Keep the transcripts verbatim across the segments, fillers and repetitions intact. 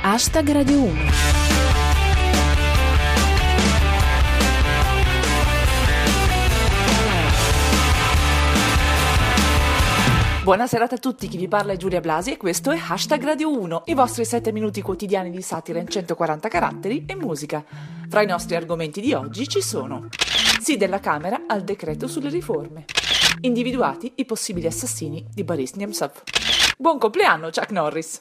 Hashtag Radio uno. Buona serata a tutti, chi vi parla è Giulia Blasi e questo è Hashtag Radio uno, i vostri sette minuti quotidiani di satira in centoquaranta caratteri e musica. Fra i nostri argomenti di oggi ci sono: sì della Camera al decreto sulle riforme, individuati i possibili assassini di Boris Nemtsov. Buon compleanno Chuck Norris!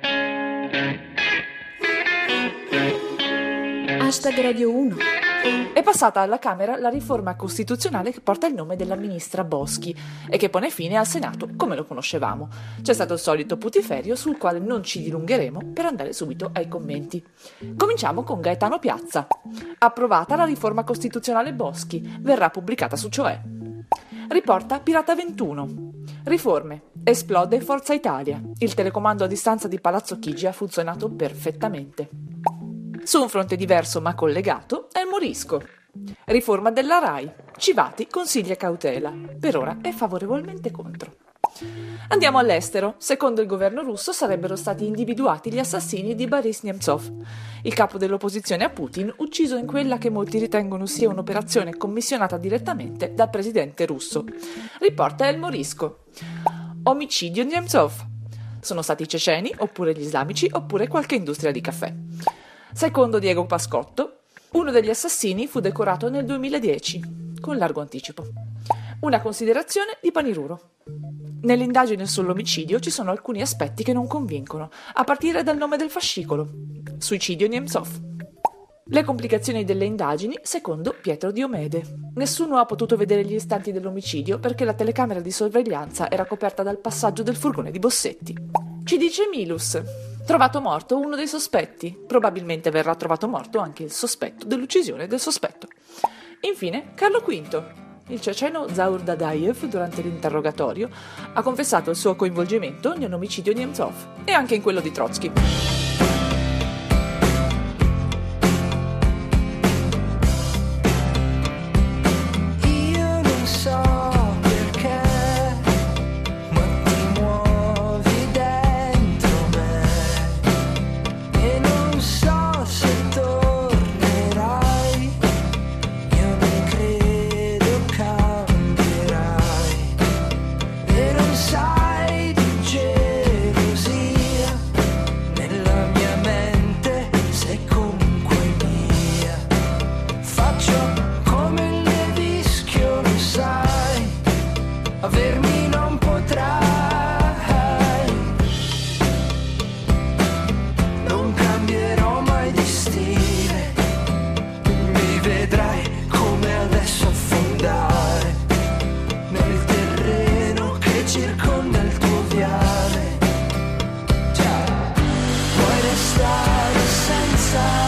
Hashtag Radio uno. È passata alla Camera la riforma costituzionale che porta il nome della ministra Boschi e che pone fine al Senato come lo conoscevamo. C'è stato il solito putiferio sul quale non ci dilungheremo per andare subito ai commenti. Cominciamo con Gaetano Piazza. Approvata la riforma costituzionale Boschi, verrà pubblicata su Cioè. Riporta Pirata ventuno. Riforme. Esplode Forza Italia. Il telecomando a distanza di Palazzo Chigi ha funzionato perfettamente. Su un fronte diverso ma collegato è il Morisco. Riforma della RAI. Civati consiglia cautela. Per ora è favorevolmente contro. Andiamo all'estero. Secondo il governo russo sarebbero stati individuati gli assassini di Boris Nemtsov, il capo dell'opposizione a Putin, ucciso in quella che molti ritengono sia un'operazione commissionata direttamente dal presidente russo. Riporta El Morisco. Omicidio Nemtsov. Sono stati i ceceni, oppure gli islamici, oppure qualche industria di caffè. Secondo Diego Pascotto, uno degli assassini fu decorato nel duemiladieci, con largo anticipo. Una considerazione di Paniruro. Nell'indagine sull'omicidio ci sono alcuni aspetti che non convincono, a partire dal nome del fascicolo: Suicidio Nemtsov. Le complicazioni delle indagini, secondo Pietro Diomede. Nessuno ha potuto vedere gli istanti dell'omicidio perché la telecamera di sorveglianza era coperta dal passaggio del furgone di Bossetti. Ci dice Milus. Trovato morto uno dei sospetti. Probabilmente verrà trovato morto anche il sospetto dell'uccisione del sospetto. Infine, Carlo V. Il ceceno Zaur Dadaev, durante l'interrogatorio, ha confessato il suo coinvolgimento nell'omicidio di Nemtsov e anche in quello di Trotsky. Avermi non potrai, non cambierò mai di stile, mi vedrai come adesso affondare nel terreno che circonda il tuo viale. Cioè, puoi restare senza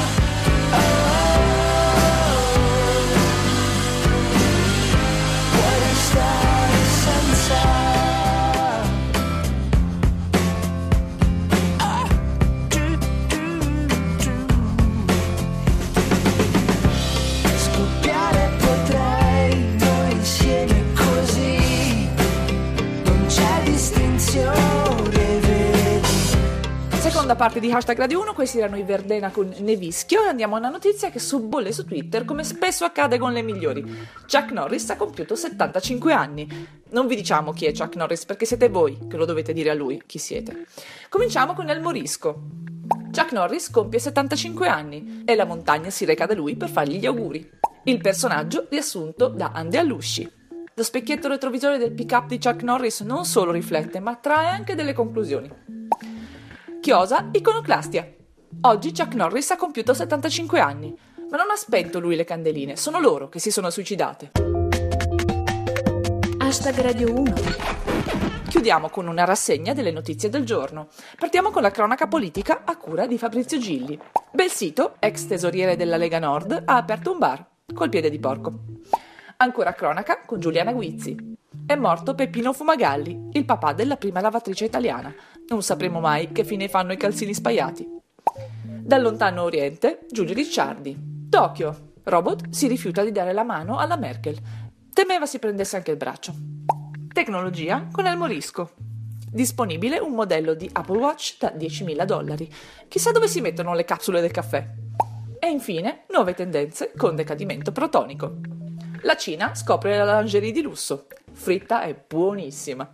Seconda parte di Hashtag Radio uno, questi erano i Verdena con Nevischio e andiamo a una notizia che subbolle su Twitter come spesso accade con le migliori. Chuck Norris ha compiuto settantacinque anni. Non vi diciamo chi è Chuck Norris perché siete voi che lo dovete dire a lui chi siete. Cominciamo con El Morisco. Chuck Norris compie settantacinque anni e la montagna si reca da lui per fargli gli auguri. Il personaggio riassunto da Andy Allusci. Lo specchietto retrovisore del pick-up di Chuck Norris non solo riflette ma trae anche delle conclusioni. Chiosa Iconoclastia. Oggi Chuck Norris ha compiuto settantacinque anni, ma non ha spento lui le candeline, sono loro che si sono suicidate. Hashtag Radio uno. Chiudiamo con una rassegna delle notizie del giorno. Partiamo con la cronaca politica a cura di Fabrizio Gilli. Belsito, ex tesoriere della Lega Nord, ha aperto un bar col piede di porco. Ancora cronaca con Giuliana Guizzi. È morto Peppino Fumagalli, il papà della prima lavatrice italiana. Non sapremo mai che fine fanno i calzini spaiati. Dal lontano oriente, Giulio Ricciardi. Tokyo. Robot si rifiuta di dare la mano alla Merkel. Temeva si prendesse anche il braccio. Tecnologia con El Morisco. Disponibile un modello di Apple Watch da diecimila dollari. Chissà dove si mettono le capsule del caffè. E infine, nuove tendenze con decadimento protonico. La Cina scopre la lingerie di lusso. Fritta è buonissima.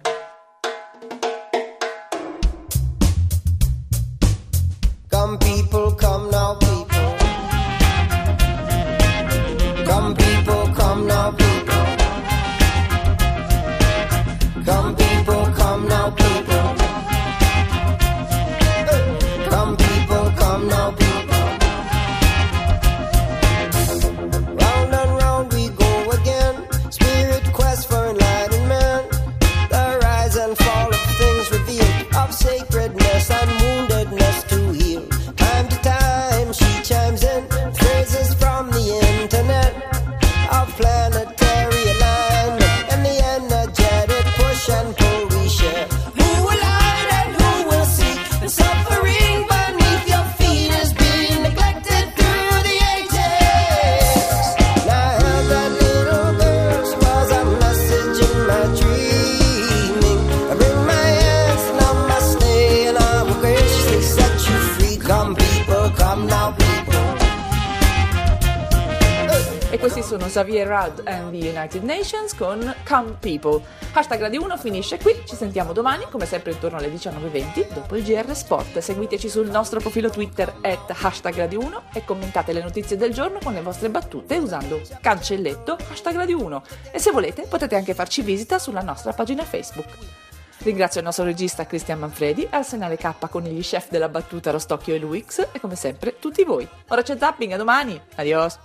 Come people, come now people. Come people, come now people. Come people, come now people. Come people, come now people. Round and round we go again. Spirit quest for enlightenment. The rise and fall of things revealed, of sacredness and woundedness to heal. Time to time she chimes in phrases from the internet of planetary alignment and the energetic push and pull we share. Who will hide and who will seek? The suffering beneath your feet is being neglected through the ages. Now I heard that little girl's was a message in my dreaming. I bring my hands, namaste, and I will graciously set you free. Come people, come now people. E questi sono Xavier Rudd and the United Nations con Come People. Hashtag Radio uno finisce qui, ci sentiamo domani come sempre intorno alle diciannove e venti dopo il G R Sport. Seguiteci sul nostro profilo Twitter at hashtag Radio uno e commentate le notizie del giorno con le vostre battute usando cancelletto hashtag Radio uno. E se volete potete anche farci visita sulla nostra pagina Facebook. Ringrazio il nostro regista Cristian Manfredi, Arsenale K con gli chef della battuta Rostocchio e Luix e come sempre tutti voi. Ora c'è zapping, a domani, adios!